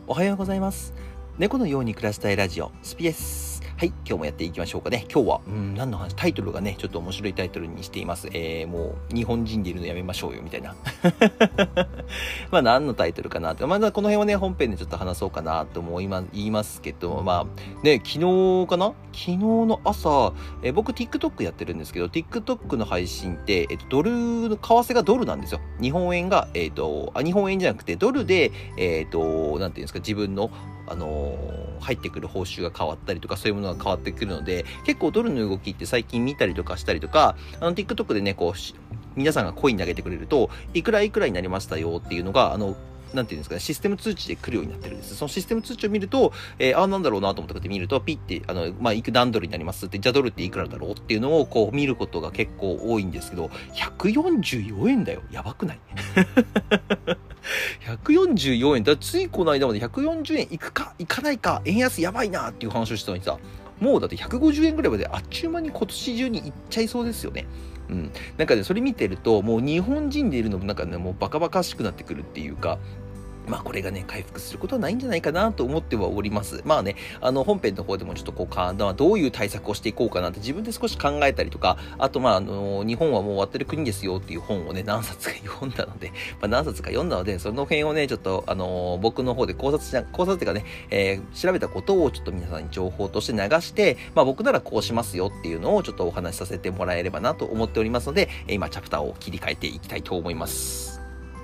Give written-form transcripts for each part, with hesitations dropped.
おはようございます。猫のように暮らしたいラジオ、スピです。はい、今日もやっていきましょうかね。今日は、何の話、タイトルがね、ちょっと面白いタイトルにしています。もう、日本人でいるのやめましょうよ、みたいな。まあ、何のタイトルかなって。まだこの辺はね、本編でちょっと話そうかなと言いますけど、まあ、ね、昨日の朝、僕 TikTok やってるんですけど、TikTok の配信って、為替がドルなんですよ。日本円が、日本円じゃなくて、ドルで、なんていうんですか、自分の、入ってくる報酬が変わったりとか、そういうものが変わってくるので、結構ドルの動きって最近見たりとかしたりとか、TikTok でね、皆さんがコイン投げてくれると、いくらいくらになりましたよっていうのが、なんていうんですかね、システム通知で来るようになってるんです。そのシステム通知を見ると、なんだろうなと思って見ると、ピッて、何ドルになりますって、じゃあドルっていくらだろうっていうのを見ることが結構多いんですけど、144円だよ。やばくない144円だ。ついこの間まで140円いくかいかないか、円安やばいなっていう話をしたのにさ、もうだって150円ぐらいまであっちゅう間に今年中にいっちゃいそうですよね。なんかね、それ見てると、もう日本人でいるのもなんかね、もうバカバカしくなってくるっていうか、まあこれがね、回復することはないんじゃないかなと思ってはおります。まあね、本編の方でもちょっとどういう対策をしていこうかなって自分で少し考えたりとか、あと日本はもう終わってる国ですよっていう本をね、何冊か読んだので、その辺をね、ちょっと僕の方で考察っていうかね、調べたことをちょっと皆さんに情報として流して、僕ならこうしますよっていうのをちょっとお話しさせてもらえればなと思っておりますので、今チャプターを切り替えていきたいと思います。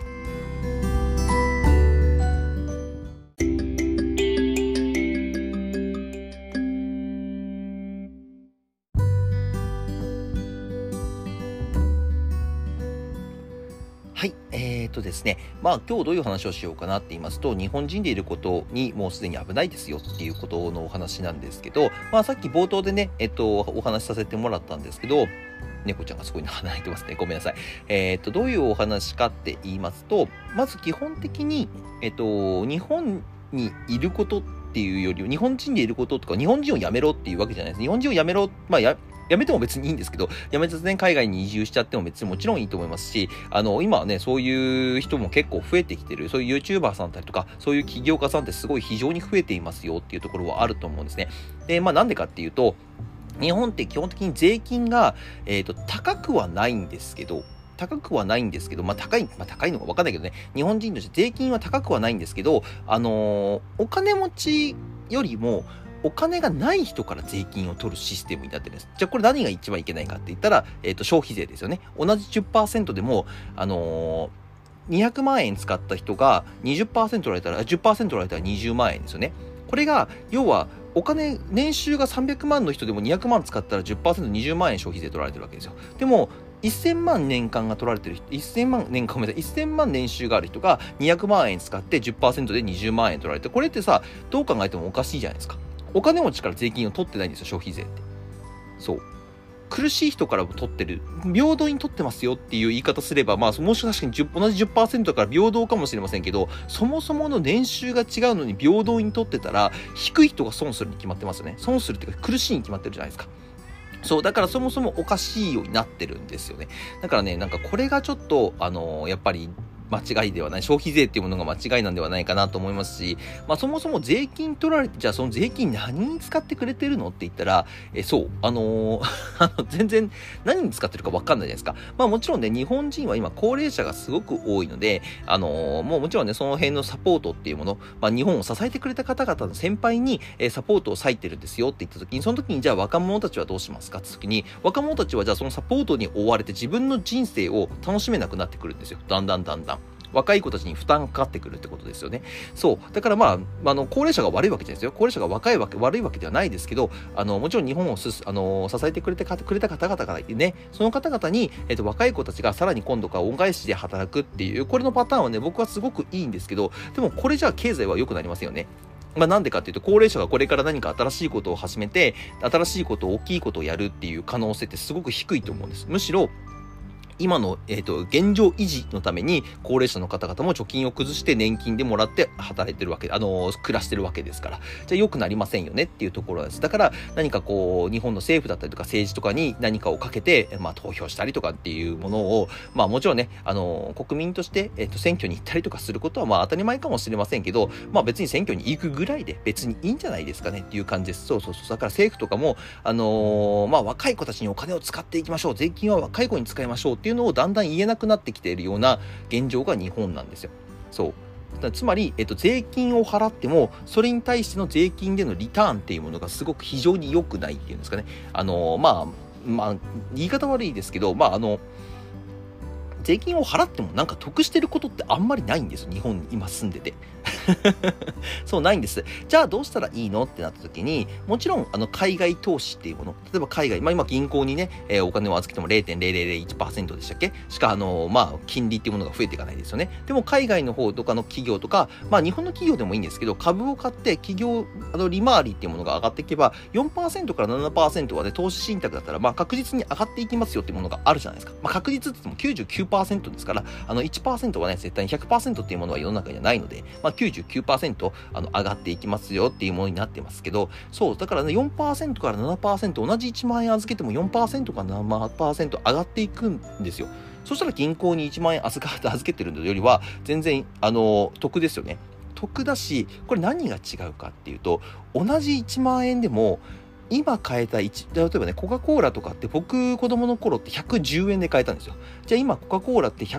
はい。ですね。今日どういう話をしようかなって言いますと、日本人でいることにもうすでに危ないですよっていうことのお話なんですけど、さっき冒頭でね、お話しさせてもらったんですけど、猫ちゃんがすごい離れてますね。ごめんなさい。どういうお話かって言いますと、まず基本的に、日本にいることっていうより、日本人でいることとか、日本人をやめろっていうわけじゃないです。日本人をやめろ、やめても別にいいんですけど、やめずね、海外に移住しちゃっても別にもちろんいいと思いますし、今はね、そういう人も結構増えてきてる、そういう YouTuber さんたりとか、そういう起業家さんってすごい非常に増えていますよっていうところはあると思うんですね。で、なんでかっていうと、日本って基本的に税金が、高くはないんですけど、高いのか分かんないけどね、日本人として税金は高くはないんですけど、お金持ちよりも、お金がない人から税金を取るシステムになってるんです。じゃあこれ何が一番いけないかって言ったら、消費税ですよね。同じ 10% でも、200万円使った人が 20% 取られたら、10% 取られたら20万円ですよね。これが、要は、年収が300万の人でも200万使ったら 10%20 万円消費税取られてるわけですよ。でも、1000万年間が取られてる人、1000万年収がある人が200万円使って 10% で20万円取られて、これってさ、どう考えてもおかしいじゃないですか。お金持ちから税金を取ってないんですよ、消費税って。そう。苦しい人からも取ってる。平等に取ってますよっていう言い方すれば、もし確かに同じ 10% から平等かもしれませんけど、そもそもの年収が違うのに平等に取ってたら、低い人が損するに決まってますよね。損するっていうか苦しいに決まってるじゃないですか。そう、だからそもそもおかしいようになってるんですよね。だからね、なんかこれがちょっと、やっぱり、間違いではない。消費税っていうものが間違いなんではないかなと思いますし、そもそも税金取られて、じゃあその税金何に使ってくれてるのって言ったら、そう、全然何に使ってるか分かんないじゃないですか。もちろんね、日本人は今高齢者がすごく多いので、もちろんね、その辺のサポートっていうもの、日本を支えてくれた方々の先輩に、サポートを割いてるんですよって言った時に、その時にじゃあ若者たちはどうしますかって時に、若者たちはじゃあそのサポートに追われて自分の人生を楽しめなくなってくるんですよ。だんだん。若い子たちに負担がかかってくるってことですよね。そう。だから高齢者が悪いわけじゃないですよ。高齢者が悪いわけではないですけど、もちろん日本を支えてくれた方々がいてね、その方々に、若い子たちがさらに今度から恩返しで働くっていう、これのパターンはね、僕はすごくいいんですけど、でもこれじゃあ経済は良くなりませんよね。なんでかっていうと、高齢者がこれから何か新しいことを始めて、新しいこと、大きいことをやるっていう可能性ってすごく低いと思うんです。むしろ、 今の、現状維持のために、高齢者の方々も貯金を崩して年金でもらって働いてるわけ、暮らしてるわけですから、じゃあ良くなりませんよねっていうところです。だから、何かこう、日本の政府だったりとか政治とかに何かをかけて、投票したりとかっていうものを、もちろんね、国民として、選挙に行ったりとかすることは、当たり前かもしれませんけど、別に選挙に行くぐらいで別にいいんじゃないですかねっていう感じです。そう。だから政府とかも、若い子たちにお金を使っていきましょう。税金は若い子に使いましょうっていうのをだんだん言えなくなってきているような現状が日本なんですよ。そう。つまり、税金を払っても、それに対しての税金でのリターンっていうものがすごく非常に良くないっていうんですかね。言い方悪いですけど、税金を払ってもなんか得してることってあんまりないんですよ。日本に今住んでて。そうないんです。じゃあどうしたらいいのってなった時に、もちろん海外投資っていうもの、例えば海外、今銀行にね、お金を預けても 0.0001% でしたっけしか金利っていうものが増えていかないですよね。でも海外の方とかの企業とか、日本の企業でもいいんですけど、株を買って企業利回りっていうものが上がっていけば 4% から 7% はね、投資信託だったら確実に上がっていきますよっていうものがあるじゃないですか。確実って言っても 99% ですから、1% はね、絶対に 100% っていうものは世の中にはないので、99% 上がっていきますよっていうものになってますけど、そう、だからね、4% から 7%、同じ1万円預けても 4% から 7% 上がっていくんですよ。そしたら銀行に1万円預けてるのよりは、全然、得ですよね。得だし、これ何が違うかっていうと、同じ1万円でも、今買えた例えばね、コカ・コーラとかって僕子供の頃って110円で買えたんですよ。じゃあ今コカ・コーラって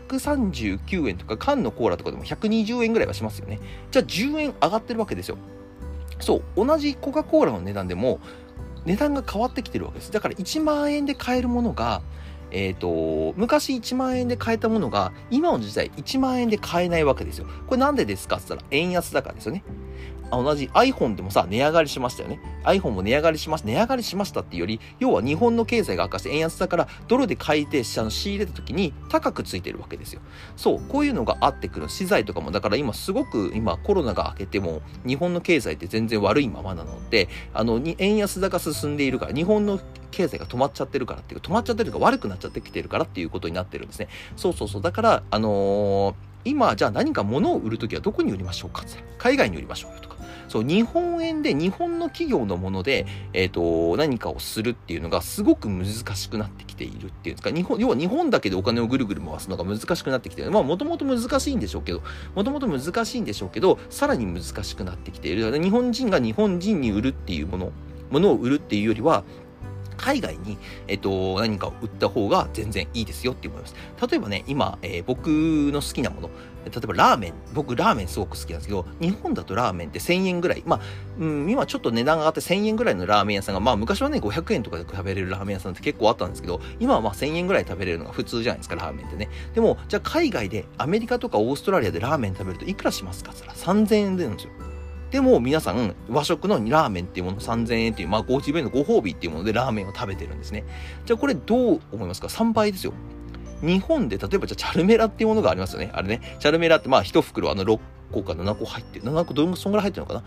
139円とか、缶のコーラとかでも120円ぐらいはしますよね。じゃあ10円上がってるわけですよ。そう、同じコカ・コーラの値段でも値段が変わってきてるわけです。だから1万円で買えるものが、昔1万円で買えたものが今の時代1万円で買えないわけですよ。これなんでですかって言ったら円安だからですよね。同じ iPhone でもさ、値上がりしましたよね。iPhone も値上がりしましたっていうより、要は日本の経済が悪化して円安だから、ドルで買いて仕入れた時に高くついてるわけですよ。そう、こういうのがあってくる。資材とかも、だから今コロナが明けても、日本の経済って全然悪いままなので、円安高進んでいるから、日本の経済が止まっちゃってるからっていうか、悪くなっちゃってきてるからっていうことになってるんですね。そう。だから、今、じゃあ何か物を売るときはどこに売りましょうかって言ったら、海外に売りましょうよとか。そう、日本円で日本の企業のもので、何かをするっていうのがすごく難しくなってきているっていうんですか、要は日本だけでお金をぐるぐる回すのが難しくなってきている。もともと難しいんでしょうけど、さらに難しくなってきている。日本人が日本人に売るっていうものを売るっていうよりは、海外に、何かを売った方が全然いいですよって思います。例えばね、今、僕の好きなもの、例えばラーメン。僕ラーメンすごく好きなんですけど、日本だとラーメンって1000円ぐらい。今ちょっと値段が上がって1000円ぐらいのラーメン屋さんが、昔はね、500円とかで食べれるラーメン屋さんって結構あったんですけど、今は1000円ぐらい食べれるのが普通じゃないですか、ラーメンってね。でも、じゃあ海外で、アメリカとかオーストラリアでラーメン食べるといくらしますかって言ったら3000円でなんですよ。でも皆さん和食のラーメンっていうもの3000円っていう、自分のご褒美っていうものでラーメンを食べてるんですね。じゃあこれどう思いますか？ 3 倍ですよ。日本で例えばじゃあチャルメラっていうものがありますよね。あれね。チャルメラって1袋6個か7個入ってる。7個そんぐらい入ってるのかな？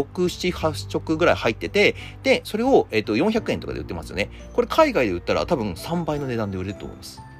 6、7、8食ぐらい入ってて、で、それを400円とかで売ってますよね。これ海外で売ったら多分3倍の値段で売れると思います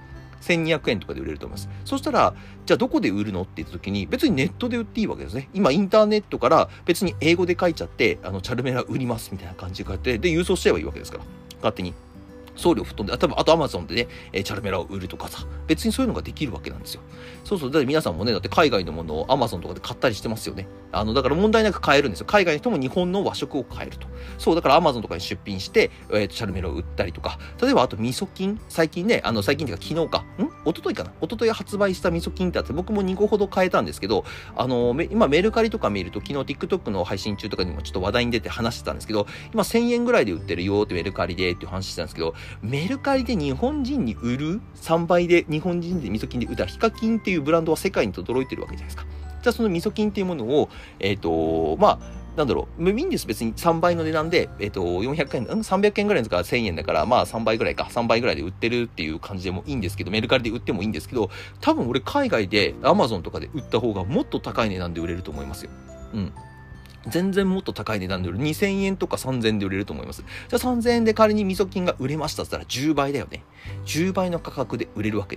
。1200円とかで売れると思います。そしたら、じゃあどこで売るのって言った時に、別にネットで売っていいわけですね。今インターネットから別に英語で書いちゃって、チャルメラ売りますみたいな感じで書いて、で、郵送しちゃえばいいわけですから。勝手に。送料吹っ飛んで、多分あとアマゾンでね、チャルメラを売るとかさ、別にそういうのができるわけなんですよ。そう。だって皆さんもね、だって海外のものをアマゾンとかで買ったりしてますよね。だから問題なく買えるんですよ。海外の人も日本の和食を買えると。そう、だからアマゾンとかに出品して、チャルメラを売ったりとか、例えばあと味噌菌、最近ね、最近っていうか昨日か、一昨日発売した味噌菌ってあって、僕も2個ほど買えたんですけど、今メルカリとか見ると、昨日 TikTok の配信中とかにもちょっと話題に出て話してたんですけど、今1000円ぐらいで売ってるよってメルカリでっていう話してたんですけど、メルカリで日本人に売る3倍で日本人で味噌菌で売ったヒカキンっていうブランドは世界に轟いてるわけじゃないですか。じゃあその味噌菌っていうものを、いいんです。別に3倍の値段で、400円、300円ぐらいですから1000円だから、3倍ぐらいか、3倍ぐらいで売ってるっていう感じでもいいんですけど、メルカリで売ってもいいんですけど、多分俺海外で Amazon とかで売った方がもっと高い値段で売れると思いますよ。全然もっと高い値段で売る。2000円とか3000円で売れると思います。じゃあ3000円で仮に味噌菌が売れましたって言ったら10倍だよね。10倍の価格で売れるわけですよ。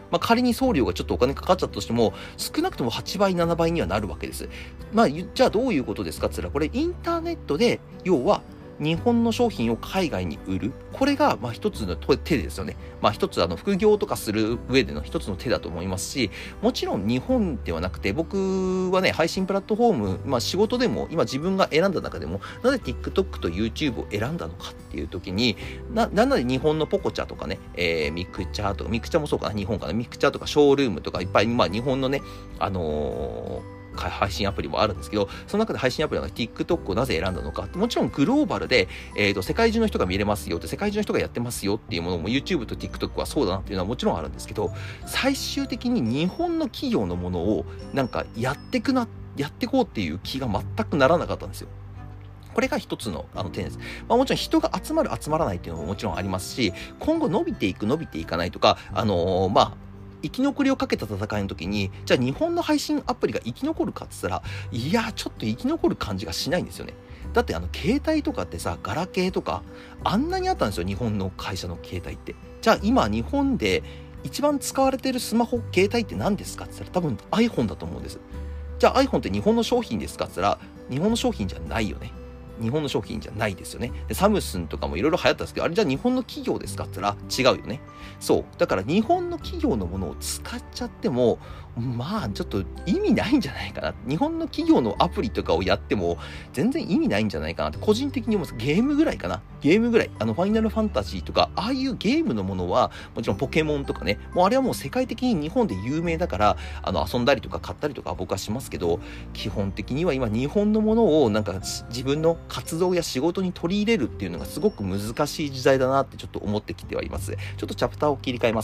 まあ、仮に送料がちょっとお金かかっちゃったとしても、少なくとも8倍、7倍にはなるわけです。まあ、じゃあどういうことですかって言ったら、これインターネットで、要は、日本の商品を海外に売る。これが、まあ一つの手ですよね。まあ一つ副業とかする上での一つの手だと思いますし、もちろん日本ではなくて、僕はね、配信プラットフォーム、まあ仕事でも、今自分が選んだ中でも、なぜ TikTok と YouTube を選んだのかっていう時に、なので日本のポコチャとかね、ミクチャとか、ミクチャもそうかな、日本かな、ミクチャとかショールームとかいっぱい、まあ日本のね、配信アプリもあるんですけど、その中で配信アプリの TikTok をなぜ選んだのか。もちろんグローバルで、世界中の人が見れますよって、世界中の人がやってますよっていうものも YouTube と TikTok はそうだなっていうのはもちろんあるんですけど、最終的に日本の企業のものをなんかやってこうっていう気が全くならなかったんですよ。これが一つの点です。まあもちろん人が集まる集まらないっていうのももちろんありますし、今後伸びていかないとか、まあ、生き残りをかけた戦いの時に、じゃあ日本の配信アプリが生き残るかって言ったら、いや、ちょっと生き残る感じがしないんですよね。だって携帯とかってさ、ガラケーとか、あんなにあったんですよ、日本の会社の携帯って。じゃあ今、日本で一番使われているスマホ、携帯って何ですかって言ったら、多分 iPhone だと思うんです。じゃあ iPhone って日本の商品ですかって言ったら、日本の商品じゃないよね。日本の商品じゃないですよね。で、サムスンとかもいろいろ流行ったんですけど、あれじゃあ日本の企業ですかって言ったら違うよね。そう。だから日本の企業のものを使っちゃっても、まあちょっと意味ないんじゃないかな。日本の企業のアプリとかをやっても全然意味ないんじゃないかなって個人的に思います。ゲームぐらいかな。ゲームぐらい。ファイナルファンタジーとか、ああいうゲームのものは、もちろんポケモンとかね、もうあれはもう世界的に日本で有名だから、遊んだりとか買ったりとか僕はしますけど、基本的には今日本のものをなんか自分の活動や仕事に取り入れるっていうのがすごく難しい時代だなってちょっと思ってきてはいます。ちょっとチャプターを切り替えます。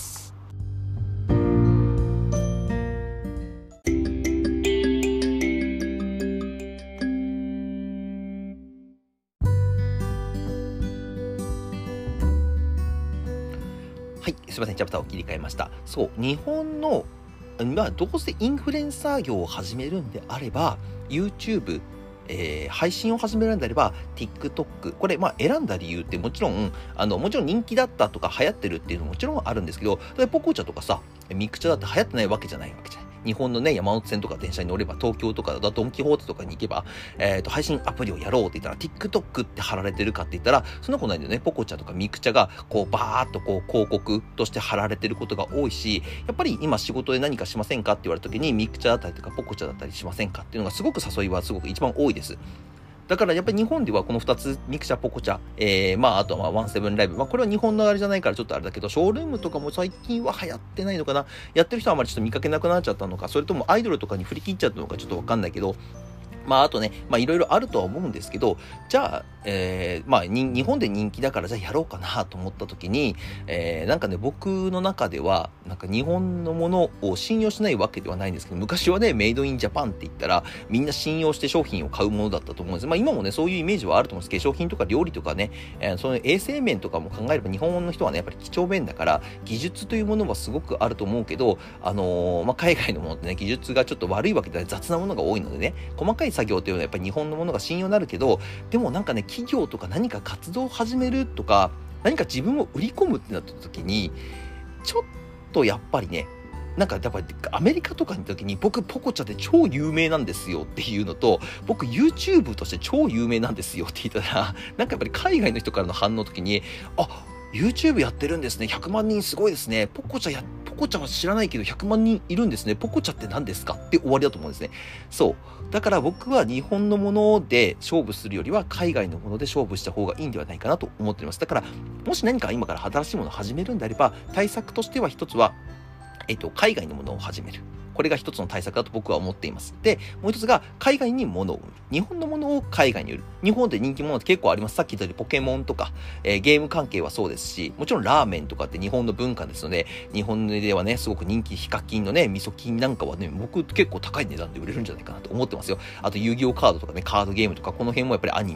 はい、すいません、チャプターを切り替えました。そう、日本の、まあ、どうせインフルエンサー業を始めるんであれば、YouTube、配信を始めるんであれば、TikTok。これ、まあ、選んだ理由ってもちろん人気だったとか流行ってるっていうのももちろんあるんですけど、ポコチャとかさ、ミクチャだって流行ってないわけじゃないわけじゃない。日本のね、山手線とか電車に乗れば、東京とかドンキホーテとかに行けば、配信アプリをやろうって言ったら、TikTok って貼られてるかって言ったら、そんなことないんだよね。ポコチャとかミクチャが、こう、バーっとこう、広告として貼られてることが多いし、やっぱり今仕事で何かしませんかって言われた時に、ミクチャだったりとか、ポコチャだったりしませんかっていうのがすごく誘いはすごく一番多いです。だからやっぱり日本ではこの2つ、ミクチャ、ポコチャ、まああとはワンセブンライブ。まあこれは日本のあれじゃないからちょっとあれだけど、ショールームとかも最近は流行ってないのかな。やってる人はあまりちょっと見かけなくなっちゃったのか、それともアイドルとかに振り切っちゃったのかちょっとわかんないけど、まああとね、まあいろいろあるとは思うんですけど、じゃあ、まあ日本で人気だからじゃあやろうかなと思った時に、なんかね、僕の中では、なんか日本のものを信用しないわけではないんですけど、昔はね、メイドインジャパンって言ったら、みんな信用して商品を買うものだったと思うんです。まあ今もね、そういうイメージはあると思うんです。化粧品とか料理とかね、その衛生面とかも考えれば日本の人はね、やっぱり几帳面だから、技術というものはすごくあると思うけど、まあ海外のものってね、技術がちょっと悪いわけでは雑なものが多いのでね、細かい作業っていうのはやっぱり日本のものが信用になるけど、でもなんかね、企業とか何か活動を始めるとか、何か自分を売り込むってなった時に、ちょっとやっぱりね、なんかやっぱりアメリカとかの時に僕ポコチャで超有名なんですよっていうのと、僕 YouTube として超有名なんですよって言ったら、なんかやっぱり海外の人からの反応の時に、あ、YouTube やってるんですね。100万人すごいですね。ポコチャは知らないけど100万人いるんですね。ポコチャって何ですかって終わりだと思うんですね。そう。だから僕は日本のもので勝負するよりは海外のもので勝負した方がいいんではないかなと思っています。だから、もし何か今から新しいものを始めるんであれば、対策としては一つは、海外のものを始める。これが一つの対策だと僕は思っています。で、もう一つが海外に物を売る。日本のものを海外に売る。日本で人気者って結構あります。さっき言ったようにポケモンとか、ゲーム関係はそうですし、もちろんラーメンとかって日本の文化ですので、日本ではね、すごく人気ヒカキンのね、味噌菌なんかはね、僕結構高い値段で売れるんじゃないかなと思ってますよ。あと遊戯王カードとかね、カードゲームとか、この辺もやっぱりアニメ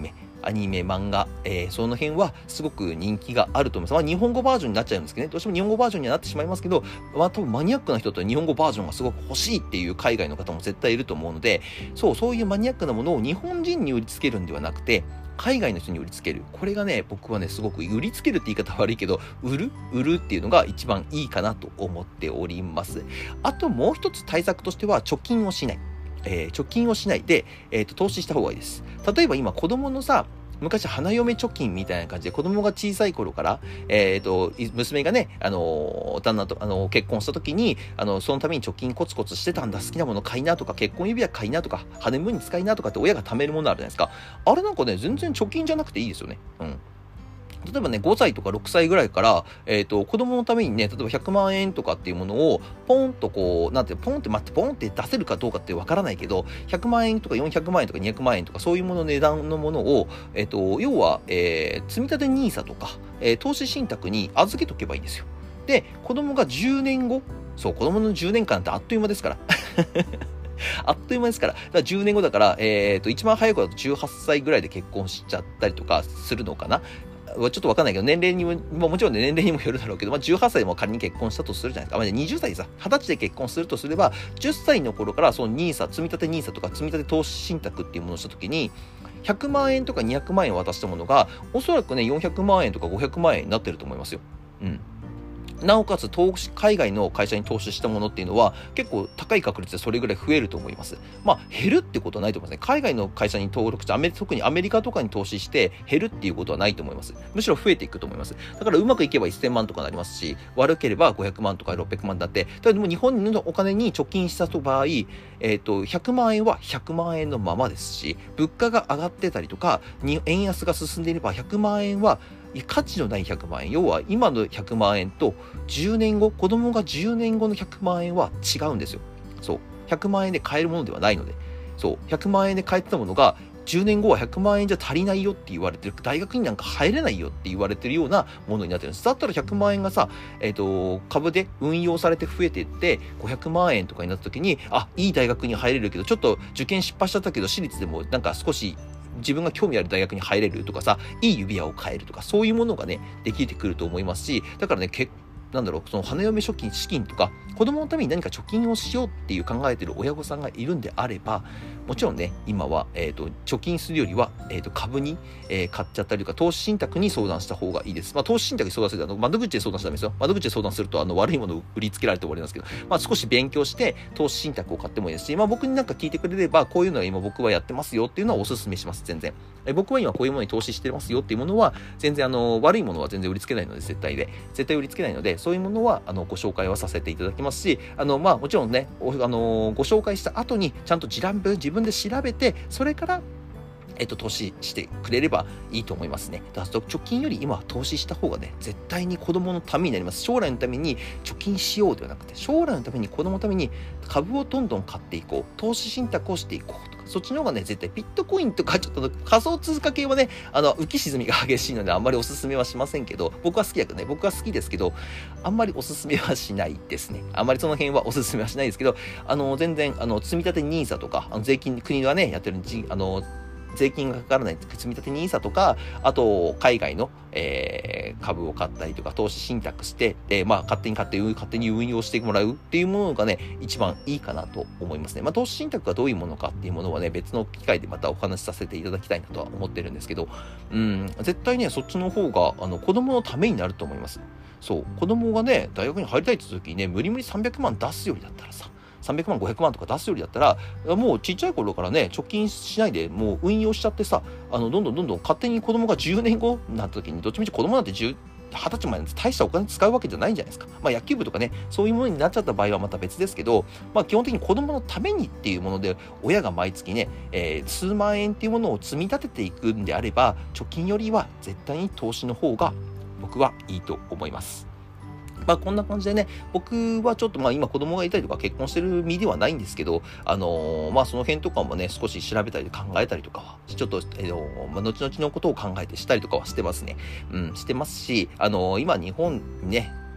アニメ、漫画、その辺はすごく人気があると思います。日本語バージョンになっちゃうんですけどね、どうしても日本語バージョンにはなってしまいますけど、多分マニアックな人と日本語バージョンがすごく欲しいっていう海外の方も絶対いると思うので、そういうマニアックなものを日本人に売りつけるんではなくて、海外の人に売りつける。これがね、僕はね、すごく売りつけるって言い方悪いけど、売るっていうのが一番いいかなと思っております。あともう一つ対策としては、貯金をしない。貯金をしないで、投資した方がいいです。例えば今、子供のさ、昔花嫁貯金みたいな感じで子供が小さい頃から、娘がね、旦那と、結婚した時に、そのために貯金コツコツしてたんだ。好きなもの買いなとか、結婚指輪買いなとか、ハネムーンに使いなとかって親が貯めるものあるじゃないですか。あれなんかね、全然貯金じゃなくていいですよね。うん。例えばね、5歳とか6歳ぐらいから、子供のためにね、例えば100万円とかっていうものを、ポンとこう、ポンって出せるかどうかってわからないけど、100万円とか400万円とか200万円とか、そういうもの値段のものを、要は、積立 NISA とか、投資信託に預けとけばいいんですよ。で、子供が10年後、子供の10年間ってあっという間ですから。あっという間ですから。だから10年後だから、一番早い子だと18歳ぐらいで結婚しちゃったりとかするのかな。ちょっとわかんないけど、年齢にも、もちろんね、年齢にもよるだろうけど、18歳でも仮に結婚したとするじゃないですか。20歳でさ、20歳で結婚するとすれば、10歳の頃からそのNISA、積立 NISA とか積立投資信託っていうものをしたときに、100万円とか200万円渡したものが、おそらくね、400万円とか500万円になってると思いますよ。うん。なおかつ海外の会社に投資したものっていうのは結構高い確率でそれぐらい増えると思います。減るってことはないと思いますね。海外の会社に登録して特にアメリカとかに投資して減るっていうことはないと思います。むしろ増えていくと思います。だからうまくいけば1000万とかなりますし、悪ければ500万とか600万だって、ただでも日本のお金に貯金した場合、100万円は100万円のままですし、物価が上がってたりとか、円安が進んでいれば100万円は価値のない100万円。要は今の100万円と10年後、子供が10年後の100万円は違うんですよ。そう。100万円で買えるものではないので。そう。100万円で買えてたものが、10年後は100万円じゃ足りないよって言われてる、大学になんか入れないよって言われてるようなものになってるんです。だったら100万円がさ、株で運用されて増えていって、500万円とかになった時に、いい大学に入れるけど、ちょっと受験失敗しちゃったけど、私立でもなんか少し、自分が興味ある大学に入れるとかさ、いい指輪を買えるとか、そういうものがね、できてくると思いますし、だからね、その花嫁資金とか、子供のために何か貯金をしようっていう考えてる親御さんがいるんであれば、もちろんね、今は、貯金するよりは、株に、買っちゃったりとか、投資信託に相談した方がいいです。投資信託に相談すると、窓口で相談しちゃダメですよ。窓口で相談すると、悪いものを売りつけられて終わりなんですけど、少し勉強して、投資信託を買ってもいいですし、僕になんか聞いてくれれば、こういうのは今僕はやってますよっていうのはお勧めします、全然。僕は今こういうものに投資してますよっていうものは、全然悪いものは全然売りつけないので、絶対売りつけないので、そういうものは、ご紹介はさせていただきますし、もちろんね、ご紹介した後に、ちゃんと自分で調べて、それから、投資してくれればいいと思いますね。だから貯金より今は投資した方がね、絶対に子供のためになります。将来のために貯金しようではなくて、将来のために子供のために株をどんどん買っていこう。投資信託をしていこうとか、そっちの方がね、絶対ビットコインとかちょっと仮想通貨系はね、浮き沈みが激しいのであんまりおすすめはしませんけど、僕は好きですけど、あんまりおすすめはしないですね。あんまりその辺はおすすめはしないですけど、全然、積立 NISA とか、税金、国がね、やってる税金がかからない積立 NISA とか、あと、海外の、株を買ったりとか、投資信託して、勝手に運用してもらうっていうものがね、一番いいかなと思いますね。投資信託がどういうものかっていうものはね、別の機会でまたお話しさせていただきたいなとは思ってるんですけど、絶対ね、そっちの方が、子供のためになると思います。そう、子供がね、大学に入りたいって時にね、無理300万出すよりだったらさ、300万、500万とか出すよりだったら、もうちっちゃい頃からね、貯金しないで、もう運用しちゃってさ、どんどん勝手に子供が10年後になった時に、どっちみち子供なんて20歳まで大したお金使うわけじゃないんじゃないですか。野球部とかね、そういうものになっちゃった場合はまた別ですけど、基本的に子供のためにっていうもので、親が毎月ね、数万円っていうものを積み立てていくんであれば、貯金よりは絶対に投資の方が僕はいいと思います。こんな感じでね、僕はちょっと今子供がいたりとか結婚してる身ではないんですけど、その辺とかもね、少し調べたり考えたりとかは、ちょっと、後々のことを考えてしたりとかはしてますね。してますし、今日本にね、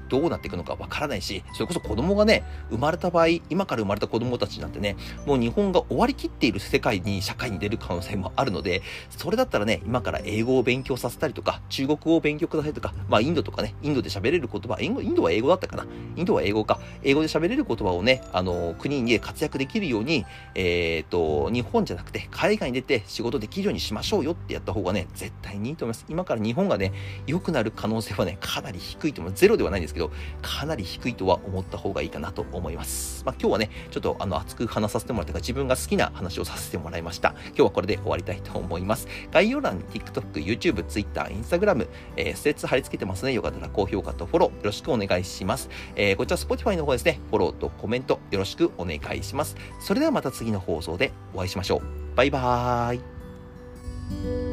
どうなっていくのかわからないし、それこそ子供がね、生まれた場合、今から生まれた子供たちなんてね、もう日本が終わりきっている社会に出る可能性もあるので、それだったらね、今から英語を勉強させたりとか、中国語を勉強くださいとか、インドとかね、インドで喋れる言葉、インドは英語だったかな、インドは英語か、英語で喋れる言葉をね、国で活躍できるように、日本じゃなくて海外に出て仕事できるようにしましょうよってやった方がね、絶対にいいと思います。今から日本がね、良くなる可能性はね、かなり低いと思う。ゼロではないんですけど、かなり低いとは思った方がいいかなと思います。今日はね、ちょっと熱く話させてもらったか、自分が好きな話をさせてもらいました。今日はこれで終わりたいと思います。概要欄に TikTok、YouTube、Twitter、Instagram、ステッツ貼り付けてますので、よかったら高評価とフォローよろしくお願いします。こちら Spotify の方ですね、フォローとコメントよろしくお願いします。それではまた次の放送でお会いしましょう。バイバーイ。